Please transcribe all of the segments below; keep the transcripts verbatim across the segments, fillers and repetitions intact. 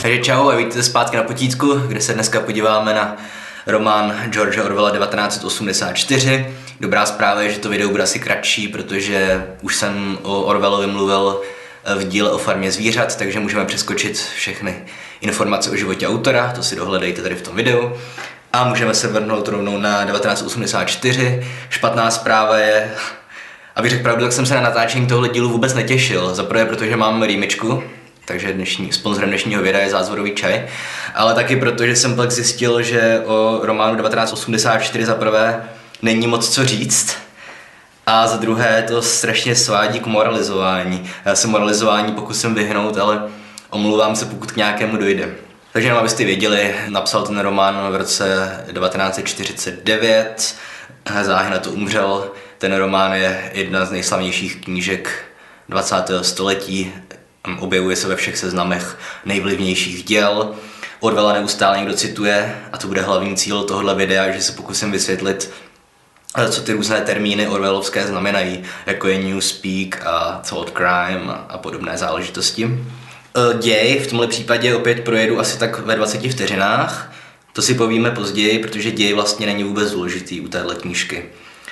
Takže čau a vítejte zpátky na potítku, kde se dneska podíváme na román George Orwella devatenáct set osmdesát čtyři. Dobrá zpráva je, že to video bude asi kratší, protože už jsem o Orwellovi mluvil v díle o farmě zvířat, takže můžeme přeskočit všechny informace o životě autora, to si dohledejte tady v tom videu. A můžeme se vrhnout rovnou na devatenáct set osmdesát čtyři. Špatná zpráva je, abych řekl pravdu, tak jsem se na natáčení tohle dílu vůbec netěšil. Zaprvé, protože mám rýmičku, takže dnešní, sponzorem dnešního videa je zázvorový čaj, ale taky proto, že jsem pak zjistil, že o románu devatenáct set osmdesát čtyři zaprvé není moc co říct a za druhé to strašně svádí k moralizování. Já se moralizování pokusím vyhnout, ale omlouvám se, pokud k nějakému dojde. Takže jenom abyste věděli, napsal ten román v roce devatenáct set čtyřicet devět, záhy na to umřel. Ten román je jedna z nejslavnějších knížek dvacátého století, objevuje se ve všech seznamech nejvlivnějších děl. Orwella neustále někdo cituje a to bude hlavní cíl tohohle videa, že se pokusím vysvětlit, co ty různé termíny orwellovské znamenají, jako je newspeak a thought crime a podobné záležitosti. Děj v tomhle případě opět projedu asi tak ve dvaceti vteřinách. To si povíme později, protože děj vlastně není vůbec důležitý u téhle knížky.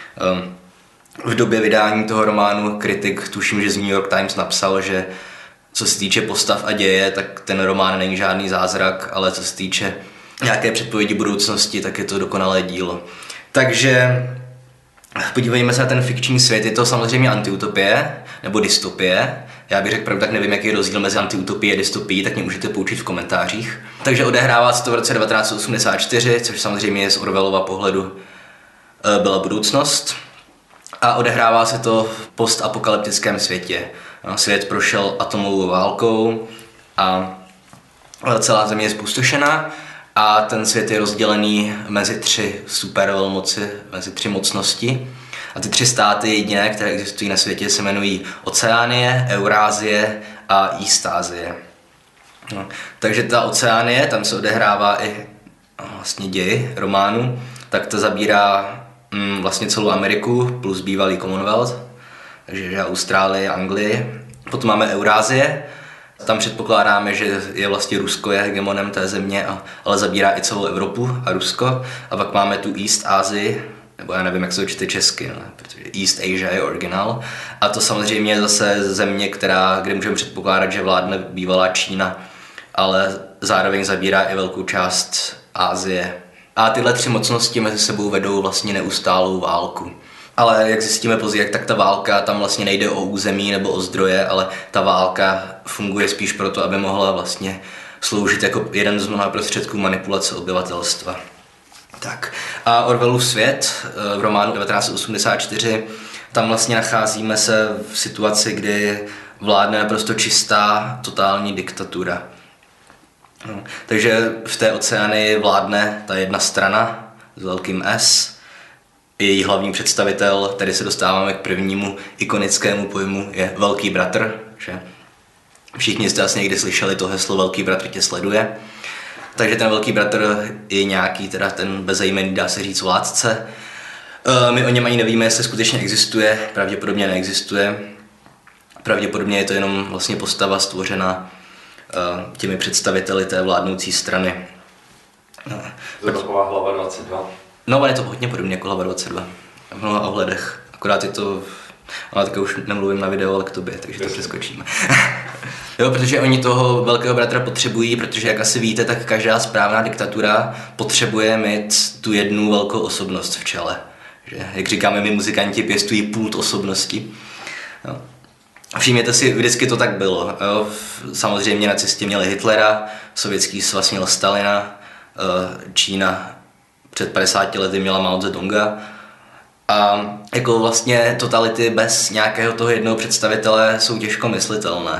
V době vydání toho románu kritik, tuším, že z New York Times napsal, že co se týče postav a děje, tak ten román není žádný zázrak, ale co se týče nějaké předpovědi budoucnosti, tak je to dokonalé dílo. Takže podívejme se na ten fikční svět. Je to samozřejmě antiutopie nebo dystopie. Já bych řekl pravdu, tak nevím, jaký je rozdíl mezi antiutopií a dystopií, tak mě můžete poučit v komentářích. Takže odehrává se to v roce devatenáct set osmdesát čtyři, což samozřejmě z Orwellova pohledu byla budoucnost. A odehrává se to v postapokalyptickém světě. Svět prošel atomovou válkou a celá země je zpustošená a ten svět je rozdělený mezi tři supervelmoci, mezi tři mocnosti. A ty tři státy jediné, které existují na světě, se jmenují Oceánie, Eurázie a Eastázie. No, takže ta Oceánie, tam se odehrává i vlastně děj románu, tak to zabírá mm, vlastně celou Ameriku plus bývalý Commonwealth, takže Austrálie, Anglii. Potom máme Eurázie, tam předpokládáme, že je vlastně Rusko je hegemonem té země, a, ale zabírá i celou Evropu a Rusko. A pak máme tu East Asii, nebo já nevím, jak se to čte česky, no, protože East Asia je originál. A to samozřejmě je zase země, která, kde můžeme předpokládat, že vládne bývalá Čína, ale zároveň zabírá i velkou část Asie. A tyhle tři mocnosti mezi sebou vedou vlastně neustálou válku. Ale jak zjistíme později, tak ta válka, tam vlastně nejde o území nebo o zdroje, ale ta válka funguje spíš proto, aby mohla vlastně sloužit jako jeden z mnoha prostředků manipulace obyvatelstva. Tak. A Orwellův svět v románu devatenáct set osmdesát čtyři, tam vlastně nacházíme se v situaci, kdy vládne naprosto čistá, totální diktatura. No. Takže v té Oceánii vládne ta jedna strana s velkým S. Její hlavní představitel, tady se dostáváme k prvnímu ikonickému pojmu, je Velký bratr. Že? Všichni jste asi někdy slyšeli to heslo Velký bratr tě sleduje. Takže ten Velký bratr je nějaký, teda ten bezejmenný, dá se říct, vládce. My o něm ani nevíme, jestli skutečně existuje, pravděpodobně neexistuje. Pravděpodobně je to jenom vlastně postava stvořená těmi představiteli té vládnoucí strany. To je taková hlava dvacet dva. No, ale je to hodně podobně jako hlava dvacet dva v mnoha ohledech. Akorát je to, ale teďka už nemluvím na video, ale k tobě, takže to přeskočíme. Jo, protože oni toho Velkého bratra potřebují, protože jak asi víte, tak každá správná diktatura potřebuje mít tu jednu velkou osobnost v čele. Že, jak říkáme my muzikanti, pěstují pult osobnosti. Jo. Všimněte si, vždycky to tak bylo. Jo. Samozřejmě nacisti měli Hitlera, Sovětský svaz měl Stalina, Čína před padesáti lety měla Mao Zedonga. A jako vlastně totality bez nějakého toho jednoho představitele jsou těžko myslitelné.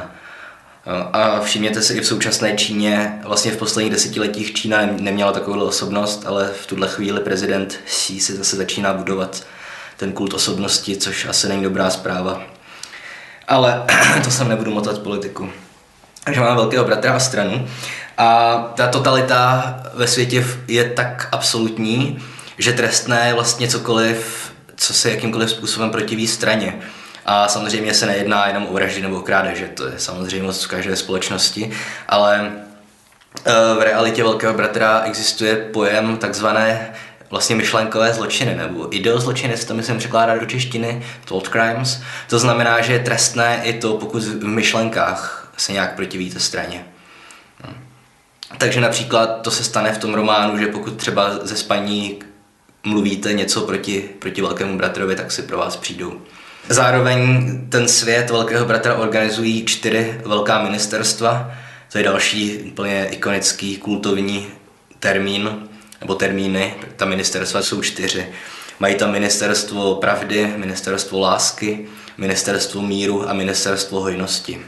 A všimněte si, i v současné Číně, vlastně v posledních desetiletích Čína neměla takovou osobnost, ale v tuhle chvíli prezident Xi si zase začíná budovat ten kult osobnosti, což asi není dobrá zpráva. Ale to sem nebudu motat politiku. Takže máme Velkého bratra a stranu. A ta totalita ve světě je tak absolutní, že trestné je vlastně cokoliv, co se jakýmkoliv způsobem protiví straně. A samozřejmě se nejedná jenom o vraždy nebo o krádeže, to je samozřejmost v každé společnosti, ale V realitě Velkého bratra existuje pojem takzvané vlastně myšlenkové zločiny, nebo ideozločiny, se to myslím překládá do češtiny, thought crimes. To znamená, že je trestné i to, pokud v myšlenkách se nějak protivíte straně. No. Takže například to se stane v tom románu, že pokud třeba ze spaní mluvíte něco proti, proti Velkému bratrovi, tak si pro vás přijdou. Zároveň ten svět Velkého bratra organizují čtyři velká ministerstva. To je další úplně ikonický kultovní termín, nebo termíny. Ta ministerstva jsou čtyři. Mají tam ministerstvo pravdy, ministerstvo lásky, ministerstvo míru a ministerstvo hojnosti.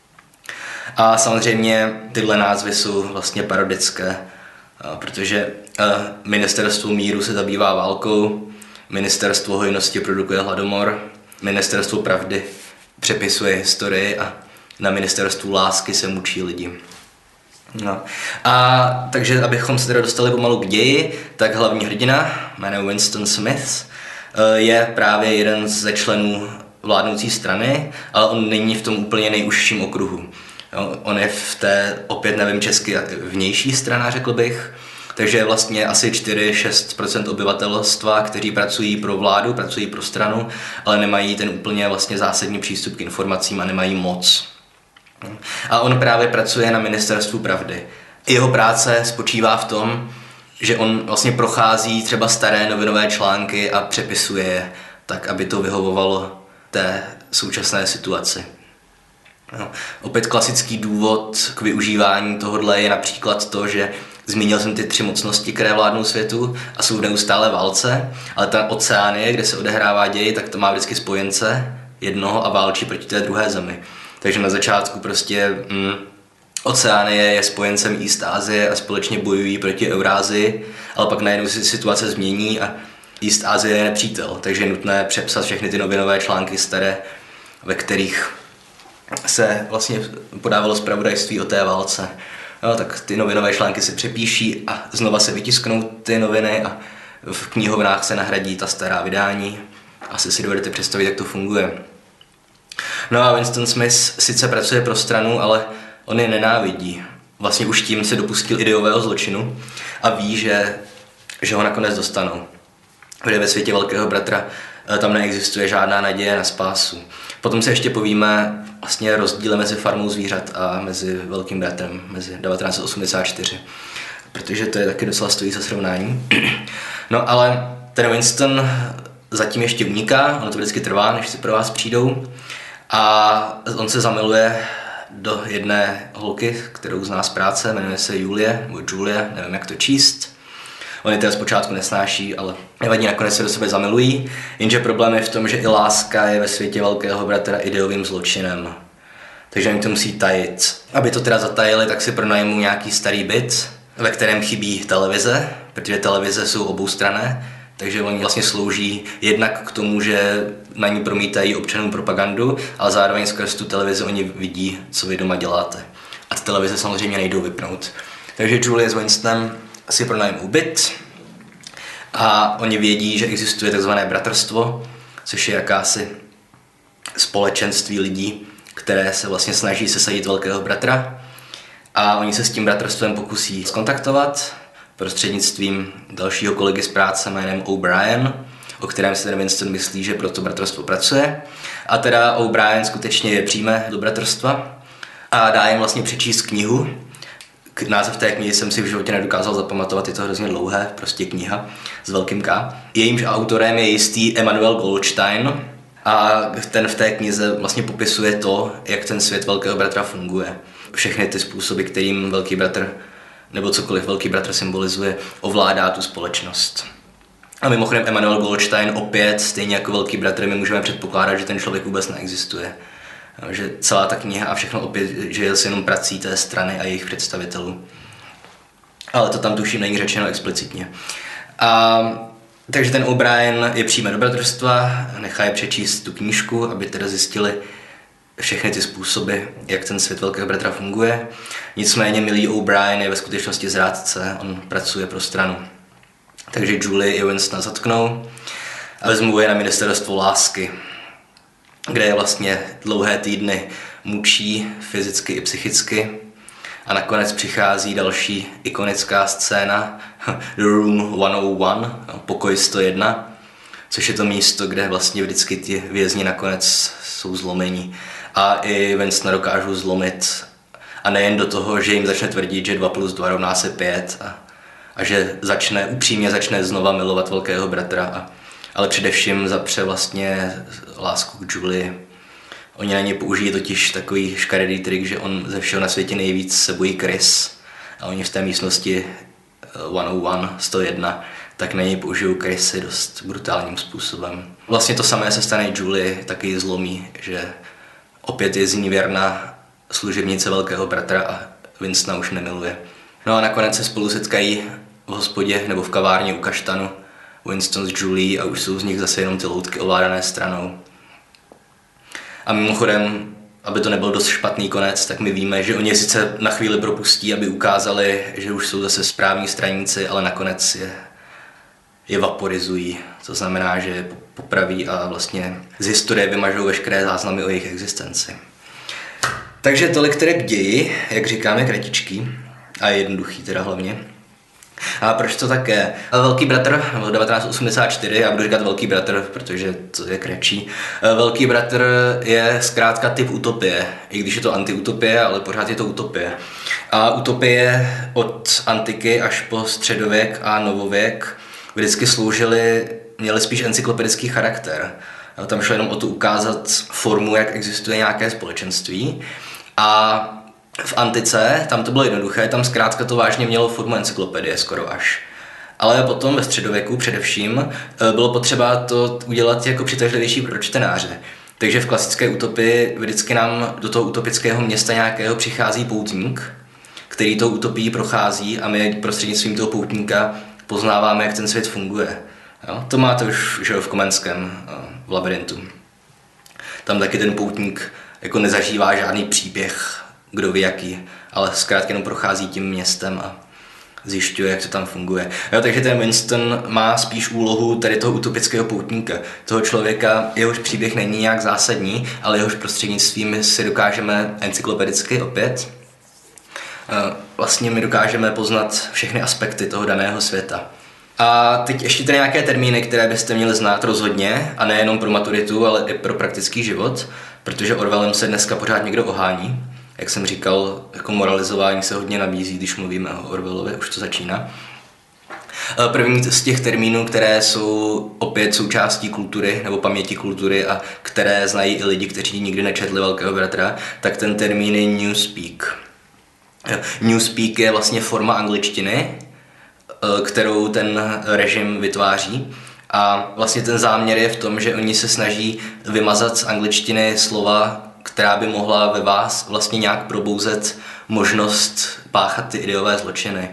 A samozřejmě tyhle názvy jsou vlastně parodické, protože ministerstvo míru se zabývá válkou, ministerstvo hojnosti produkuje hladomor, ministerstvo pravdy přepisuje historii a na ministerstvu lásky se mučí lidi. No. A takže abychom se teda dostali pomalu k ději, tak hlavní hrdina, jménem Winston Smith, je právě jeden ze členů vládnoucí strany, ale on není v tom úplně nejužším okruhu. Jo, on je v té, opět nevím česky, vnější strana, řekl bych, takže je vlastně asi čtyři až šest procent obyvatelstva, kteří pracují pro vládu, pracují pro stranu, ale nemají ten úplně vlastně zásadní přístup k informacím a nemají moc. A on právě pracuje na ministerstvu pravdy. Jeho práce spočívá v tom, že on vlastně prochází třeba staré novinové články a přepisuje je tak, aby to vyhovovalo té současné situaci. No. Opět klasický důvod k využívání tohohle je například to, že zmínil jsem ty tři mocnosti, které vládnou světu a jsou v neustále válce, ale ta Oceánie, kde se odehrává děj, tak to má vždycky spojence jednoho a válčí proti té druhé zemi. Takže na začátku prostě mm, Oceánie je spojencem East Asie a společně bojují proti Eurázii, ale pak najednou si situace změní a East Asie je nepřítel, takže je nutné přepsat všechny ty novinové články staré, ve kterých se vlastně podávalo zpravodajství o té válce. No, tak ty novinové články se přepíší a znova se vytisknou ty noviny a v knihovnách se nahradí ta stará vydání. Asi si dovedete představit, jak to funguje. No a Winston Smith sice pracuje pro stranu, ale on je nenávidí. Vlastně už tím se dopustil ideového zločinu a ví, že, že ho nakonec dostanou. Protože ve světě Velkého bratra tam neexistuje žádná naděje na spásu. Potom se ještě povíme vlastně rozdíle mezi farmou zvířat a mezi Velkým bratrem, mezi devatenáct set osmdesát čtyři, protože to je taky docela stojí za srovnání. No ale ten Winston zatím ještě uniká, ono to vždycky trvá, než si pro vás přijdou. A on se zamiluje do jedné holky, kterou zná z práce, jmenuje se Julie, nebo Julie, nevím jak to číst. On je teda zpočátku nesnáší, ale nevadí, nakonec se do sebe zamilují, jenže problém je v tom, že i láska je ve světě Velkého bratra ideovým zločinem. Takže oni to musí tajit. Aby to teda zatajili, tak si pronajmou nějaký starý byt, ve kterém chybí televize, protože televize jsou oboustranné, takže oni vlastně slouží jednak k tomu, že na ní promítají občanům propagandu, ale zároveň skrz tu televizi oni vidí, co vy doma děláte. A ty televize samozřejmě nejdou vypnout. Takže Julie s Winstonem si pronajmou byt a oni vědí, že existuje takzvané bratrstvo, což je jakási společenství lidí, které se vlastně snaží sesadit Velkého bratra a oni se s tím bratrstvem pokusí skontaktovat prostřednictvím dalšího kolegy z práce jménem O'Brien, o kterém si ten Winston myslí, že pro to bratrstvo pracuje. A teda O'Brien skutečně je přijme do bratrstva a dá jim vlastně přečíst knihu. Název té knihy jsem si v životě nedokázal zapamatovat, je to hrozně dlouhé, prostě kniha s velkým K. Jejímž autorem je jistý Emanuel Goldstein a ten v té knize vlastně popisuje to, jak ten svět Velkého bratra funguje. Všechny ty způsoby, kterým Velký bratr nebo cokoliv Velký bratr symbolizuje, ovládá tu společnost. A mimochodem Emanuel Goldstein opět, stejně jako Velký bratr, my můžeme předpokládat, že ten člověk vůbec neexistuje. Že celá ta kniha a všechno opět, že je jenom prací té strany a jejich představitelů. Ale to tam tuším není řečeno explicitně. A, takže ten O'Brien je přijme do bratrstva, nechá je přečíst tu knížku, aby teda zjistili všechny ty způsoby, jak ten svět Velkého bratra funguje. Nicméně milý O'Brien je ve skutečnosti zrádce, on pracuje pro stranu. Takže Julie i Winstona zatknou a vezmou je na ministerstvo lásky, kde je vlastně dlouhé týdny mučí fyzicky i psychicky A nakonec přichází další ikonická scéna The Room sto jedna, pokoj sto jedna, což je to místo, kde vlastně vždycky ty vězni nakonec jsou zlomení. A i Winstona dokážou zlomit. A nejen do toho, že jim začne tvrdit, že dva plus dva rovná se pět a, a že začne, upřímně začne znova milovat velkého bratra, a, ale především zapře vlastně lásku k Julie. Oni na ně použijí totiž takový škaredý trik, že on ze všeho na světě nejvíc se bojí Chris. A oni v té místnosti sto jedna, tak na něj použijou Chrisy dost brutálním způsobem. Vlastně to samé se stane Julie, taky zlomí, že opět je z ní věrná služebnice velkého bratra a Winstona už nemiluje. No a nakonec se spolu setkají v hospodě nebo v kavárně u kaštanu Winston s Julie a už jsou z nich zase jenom ty loutky ovládané stranou. A mimochodem, aby to nebyl dost špatný konec, tak my víme, že oni sice na chvíli propustí, aby ukázali, že už jsou zase správní straníci, ale nakonec je, je vaporizují. To znamená, že je popraví a vlastně z historie vymažou veškeré záznamy o jejich existenci. Takže tolik tedy k ději, jak říkáme, kratičký a jednoduchý teda hlavně. A proč to tak je? Velký bratr, devatenáct osmdesát čtyři, já budu říkat Velký bratr, protože to je kratší. Velký bratr je zkrátka typ utopie, i když je to antiutopie, ale pořád je to utopie. A utopie od antiky až po středověk a novověk vždycky sloužily, měly spíš encyklopedický charakter. Tam šlo jenom o to ukázat formu, jak existuje nějaké společenství. A v antice, tam to bylo jednoduché, tam zkrátka to vážně mělo formu encyklopedie skoro až. Ale potom ve středověku především bylo potřeba to udělat jako přitažlivější pro čtenáře. Takže v klasické utopii vždycky nám do toho utopického města nějakého přichází poutník, který tou utopií prochází a my prostřednictvím toho poutníka poznáváme, jak ten svět funguje. Jo? To máte už že v Komenském, v Labyrintu. Tam taky ten poutník jako nezažívá žádný příběh, kdo ví jaký, ale zkrátka jenom prochází tím městem a zjišťuje, jak to tam funguje. Jo, takže ten Winston má spíš úlohu tady toho utopického poutníka, toho člověka, jehož příběh není nějak zásadní, ale jehož prostřednictvím si dokážeme encyklopedicky opět, vlastně my dokážeme poznat všechny aspekty toho daného světa. A teď ještě tady nějaké termíny, které byste měli znát rozhodně, a nejenom pro maturitu, ale i pro praktický život, protože Orwellem se dneska pořád někdo ohání. Jak jsem říkal, jako moralizování se hodně nabízí, když mluvíme o Orwellovi, už to začíná. První z těch termínů, které jsou opět součástí kultury nebo paměti kultury a které znají i lidi, kteří nikdy nečetli Velkého bratra, tak ten termín je newspeak. Newspeak je vlastně forma angličtiny, kterou ten režim vytváří. A vlastně ten záměr je v tom, že oni se snaží vymazat z angličtiny slova, která by mohla ve vás vlastně nějak probouzet možnost páchat ty ideové zločiny.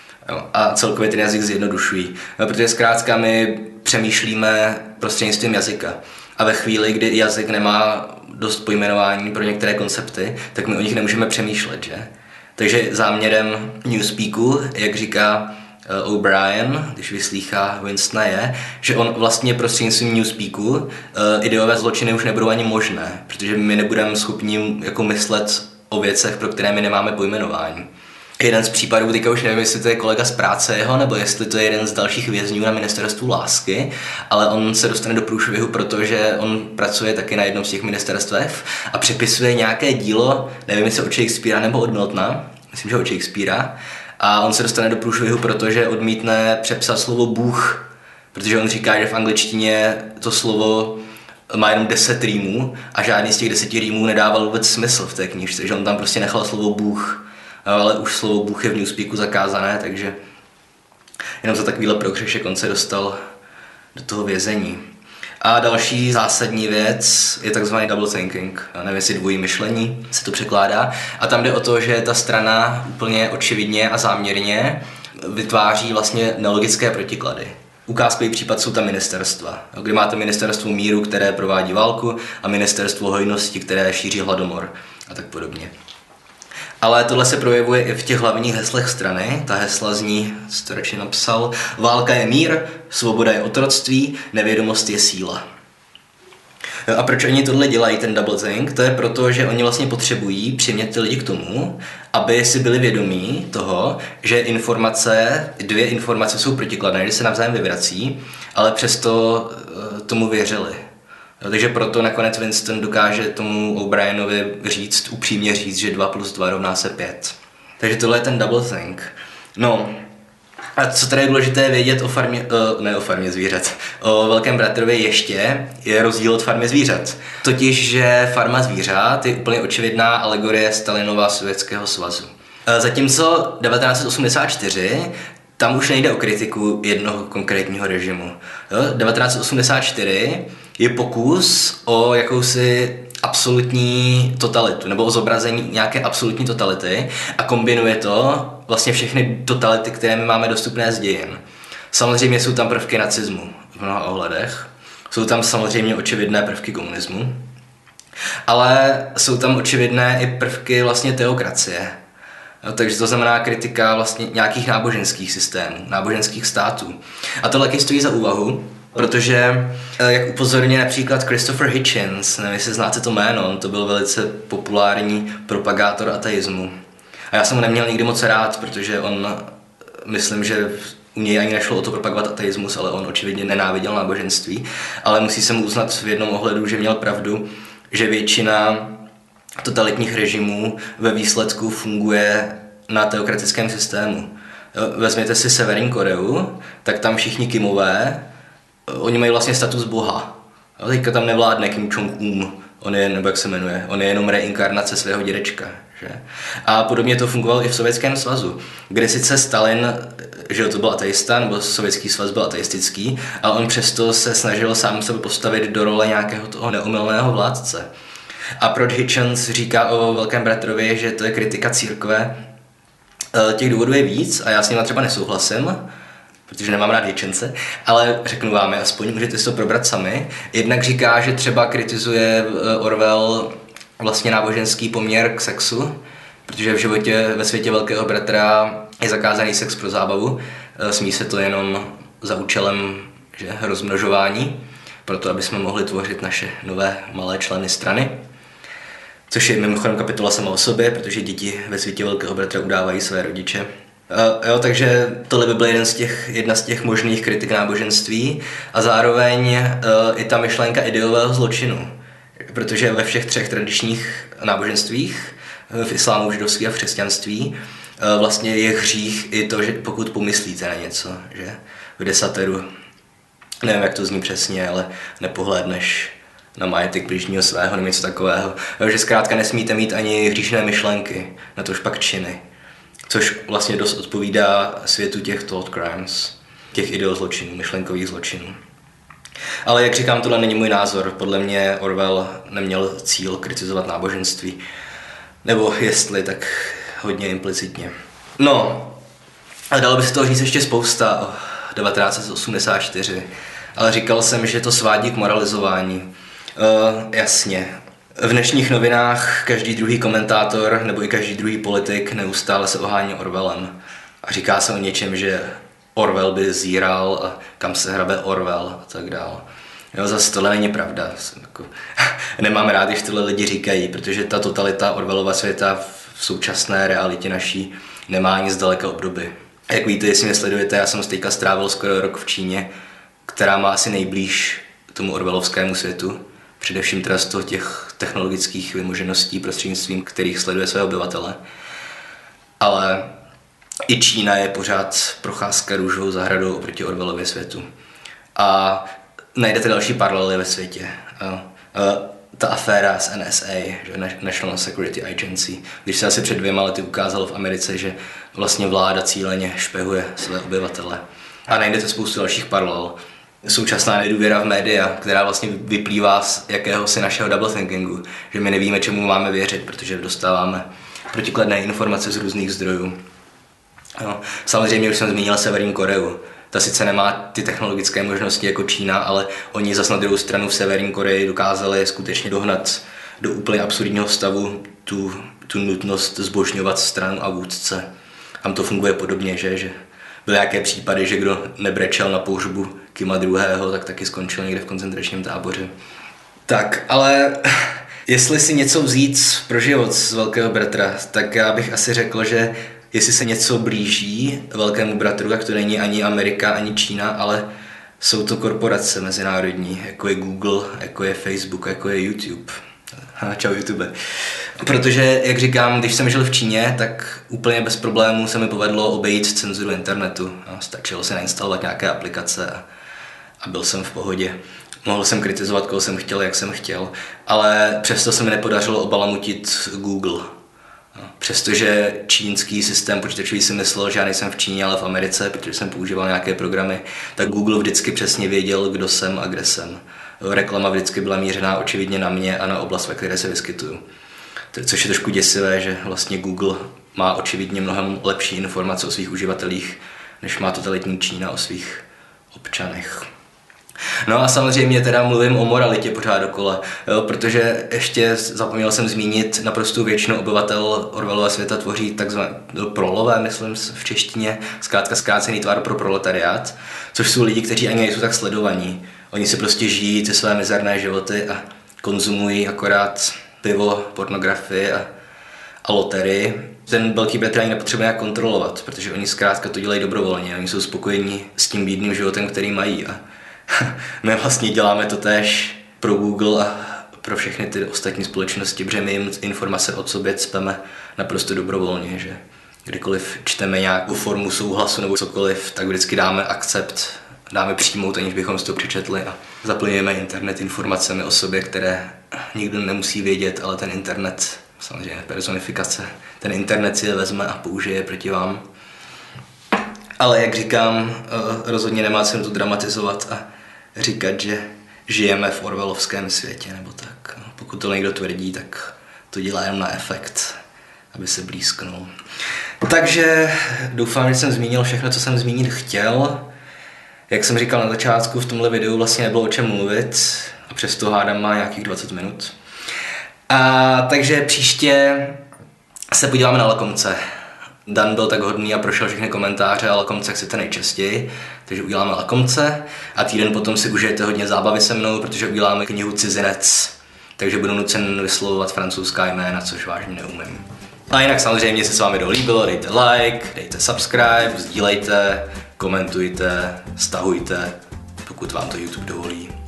A celkově ten jazyk zjednodušují. Protože zkrátka my přemýšlíme prostřednictvím jazyka. A ve chvíli, kdy jazyk nemá dost pojmenování pro některé koncepty, tak my o nich nemůžeme přemýšlet, že? Takže záměrem newspeaku, jak říká O'Brien, když vyslýchá Winstona, je, že on vlastně prostřednictvím newspeaku uh, ideové zločiny už nebudou ani možné, protože my nebudeme schopni jako myslet o věcech, pro které my nemáme pojmenování. Jeden z případů, teďka už nevím, jestli to je kolega z práce jeho, nebo jestli to je jeden z dalších vězňů na ministerstvu lásky, ale on se dostane do průšvihu, protože on pracuje taky na jednom z těch ministerstev a přepisuje nějaké dílo, nevím, jestli od Shakespearea nebo od Miltona, myslím, že od Shakespearea, a on se dostane do průšvihu, protože odmítne přepsat slovo Bůh, protože on říká, že v angličtině to slovo má jenom deset rýmů a žádný z těch deseti rýmů nedával vůbec smysl v té knížce, že on tam prostě nechal slovo Bůh, ale už slovo Bůh je v newspeaku zakázané, takže jenom za takovýhle prohřešek on se dostal do toho vězení. A další zásadní věc je takzvaný double thinking, nevím, jestli dvojí myšlení se to překládá. A tam jde o to, že ta strana úplně očividně a záměrně vytváří vlastně nelogické protiklady. Ukázkový případ jsou ta ministerstva, kdy máte ministerstvo míru, které provádí válku, a ministerstvo hojnosti, které šíří hladomor a tak podobně. Ale tohle se projevuje i v těch hlavních heslech strany. Ta hesla zní, co to radši napsal, válka je mír, svoboda je otroctví, nevědomost je síla. A proč oni tohle dělají, ten doublethink? To je proto, že oni vlastně potřebují přimět ty lidi k tomu, aby si byli vědomí toho, že informace, dvě informace jsou protikladné, že se navzájem vyvrací, ale přesto tomu věřili. Takže proto nakonec Winston dokáže tomu O'Brienovi říct, upřímně říct, že dva plus dva rovná se pět. Takže tohle je ten doublethink. No, a co tady je důležité vědět o farmě, uh, ne o farmě zvířat, o Velkém bratrovi ještě je rozdíl od farmy zvířat. Totiž, že farma zvířat je úplně očividná alegorie Stalinova Sovětského svazu. Uh, zatímco devatenáct set osmdesát čtyři tam už nejde o kritiku jednoho konkrétního režimu. Jo? devatenáct set osmdesát čtyři je pokus o jakousi absolutní totalitu, nebo o zobrazení nějaké absolutní totality a kombinuje to vlastně všechny totality, které my máme dostupné z dějin. Samozřejmě jsou tam prvky nacismu v mnoha ohledech, jsou tam samozřejmě očividné prvky komunismu, ale jsou tam očividné i prvky vlastně teokracie. No, takže to znamená kritika vlastně nějakých náboženských systémů, náboženských států. A to taky stojí za úvahu, protože, jak upozorňuje například Christopher Hitchens, nevím, jestli znáte to jméno, on to byl velice populární propagátor ateismu. A já jsem ho neměl nikdy moc rád, protože on, myslím, že u něj ani nešlo o to propagovat ateismus, ale on očividně nenáviděl náboženství. Ale musí se mu uznat v jednom ohledu, že měl pravdu, že většina totalitních režimů ve výsledku funguje na teokratickém systému. Vezměte si Severní Koreu, tak tam všichni Kimové, oni mají vlastně status boha. Teďka tam nevládne Kim Jong-un, on je, nebo jak se jmenuje, on je jenom reinkarnace svého dědečka. Že? A podobně to fungovalo i v Sovětském svazu, kde sice Stalin, že to byl ateista, nebo Sovětský svaz byl ateistický, ale on přesto se snažil sám sebe postavit do role nějakého toho neomylného vládce. A proč Hitchens říká o Velkém bratrovi, že to je kritika církve, těch důvodů je víc a já s nima třeba nesouhlasím, protože nemám rád Hitchense, ale řeknu vám je aspoň, můžete si to probrat sami. Jednak říká, že třeba kritizuje Orwell vlastně náboženský poměr k sexu, protože v životě ve světě Velkého bratra je zakázaný sex pro zábavu, smí se to jenom za účelem že, rozmnožování, proto aby jsme mohli tvořit naše nové malé členy strany. Což je mimochodem kapitola sama o sobě, protože děti ve světě Velkého bratra udávají své rodiče. Uh, jo, takže tohle by byl jeden z těch, jedna z těch možných kritik náboženství a zároveň uh, i ta myšlenka ideového zločinu. Protože ve všech třech tradičních náboženstvích, v islámu, v židovství a v křesťanství, uh, vlastně je hřích i to, že pokud pomyslíte na něco, že v desateru, nevím, jak to zní přesně, ale nepohlédneš na majetek bližního svého nebo něco takového. Že zkrátka nesmíte mít ani hříšné myšlenky, na to už pak činy. Což vlastně dost odpovídá světu těch thought crimes, těch ideozločinů, myšlenkových zločinů. Ale jak říkám, tohle není můj názor. Podle mě Orwell neměl cíl kritizovat náboženství. Nebo jestli, tak hodně implicitně. No, a dalo by se toho říct ještě spousta o devatenáct set osmdesát čtyři. Ale říkal jsem, že to svádí k moralizování. Uh, jasně. V dnešních novinách každý druhý komentátor nebo i každý druhý politik neustále se ohání Orwellem. A říká se o něčem, že Orwell by zíral a kam se hrabe Orwell a tak dál. Jo, zase tohle není pravda. Jako, nemám rád, když tohle lidi říkají, protože ta totalita Orwellova světa v současné realitě naší nemá ani zdaleka obdoby. Jak víte, jestli mě sledujete, já jsem teďka strávil skoro rok v Číně, která má asi nejblíž tomu orwellovskému světu. Především teda z toho těch technologických vymožeností, prostřednictvím kterých sleduje své obyvatele. Ale i Čína je pořád procházka růžovou zahradou oproti Orwellově světu. A najdete další paralely ve světě. Ta aféra s N S A, National Security Agency, když se asi před dvěma lety ukázalo v Americe, že vlastně vláda cíleně špehuje své obyvatele. A najdete spoustu dalších paralel. Současná nedůvěra v média, která vlastně vyplývá z jakéhosi našeho double thinkingu, že my nevíme, čemu máme věřit, protože dostáváme protikladné informace z různých zdrojů. No, samozřejmě už jsem zmínil Severní Koreu. Ta sice nemá ty technologické možnosti jako Čína, ale oni zas na druhou stranu v Severní Koreji dokázali skutečně dohnat do úplně absurdního stavu tu, tu nutnost zbožňovat stranu a vůdce. Tam to funguje podobně, že, že byly nějaké případy, že kdo nebrečel na pohřbu Kima druhého, tak taky skončil někde v koncentračním táboře. Tak, ale jestli si něco vzít pro život z Velkého bratra, tak já bych asi řekl, že jestli se něco blíží Velkému bratru, tak to není ani Amerika, ani Čína, ale jsou to korporace mezinárodní, jako je Google, jako je Facebook, jako je YouTube. Čau YouTube. Protože, jak říkám, když jsem žil v Číně, tak úplně bez problémů se mi povedlo obejít cenzuru internetu. Stačilo se nainstalovat nějaké aplikace a, a byl jsem v pohodě. Mohl jsem kritizovat, koho jsem chtěl, jak jsem chtěl, ale přesto se mi nepodařilo obalamutit Google. Přestože čínský systém počítačový si myslel, že já nejsem v Číně, ale v Americe, protože jsem používal nějaké programy, tak Google vždycky přesně věděl, kdo jsem a kde jsem. Reklama vždycky byla mířená očividně na mě a na oblast, ve které se vyskytuju. Což je trošku děsivé, že vlastně Google má očividně mnohem lepší informace o svých uživatelích, než má totalitní Čína o svých občanech. No a samozřejmě teda mluvím o moralitě pořád dokola, jo, protože ještě zapomněl jsem zmínit, naprostou většinu obyvatel Orwellova světa tvoří takzvané prolové, myslím v češtině, zkrátka zkrácený tvar pro proletariát, což jsou lidi, kteří ani nejsou tak sledovaní. Oni si prostě žijí ty své mizerné životy a konzumují akorát pivo, pornografii a, a loterii. Ten velký bratr ani nepotřebuje nějak kontrolovat, protože oni zkrátka to dělají dobrovolně, oni jsou spokojení s tím bídným životem, který mají. A my vlastně děláme to též pro Google a pro všechny ty ostatní společnosti, protože my jim informace o sobě cpeme naprosto dobrovolně, že kdykoliv čteme nějakou formu souhlasu nebo cokoliv, tak vždycky dáme akcept, dáme přijmout, aniž bychom si to přečetli a zaplňujeme internet informacemi o sobě, které nikdo nemusí vědět, ale ten internet, samozřejmě personifikace, ten internet si je vezme a použije je proti vám. Ale jak říkám, rozhodně nemá cenu to dramatizovat a říkat, že žijeme v orwellovském světě nebo tak. Pokud to někdo tvrdí, tak to dělá jen na efekt, aby se blízknul. Takže doufám, že jsem zmínil všechno, co jsem zmínit chtěl. Jak jsem říkal na začátku, v tomhle videu vlastně nebylo o čem mluvit a přesto hádám má nějakých dvacet minut. A takže příště se podíváme na lakomce. Dan byl tak hodný a prošel všechny komentáře a lakomce chcete nejčastěji, takže uděláme lakomce a týden potom si užijete hodně zábavy se mnou, protože uděláme knihu Cizinec, takže budu nucen vyslovovat francouzská jména, což vážně neumím. A jinak samozřejmě, se s vámi to líbilo, dejte like, dejte subscribe, sdílejte, komentujte, stahujte, pokud vám to YouTube dovolí.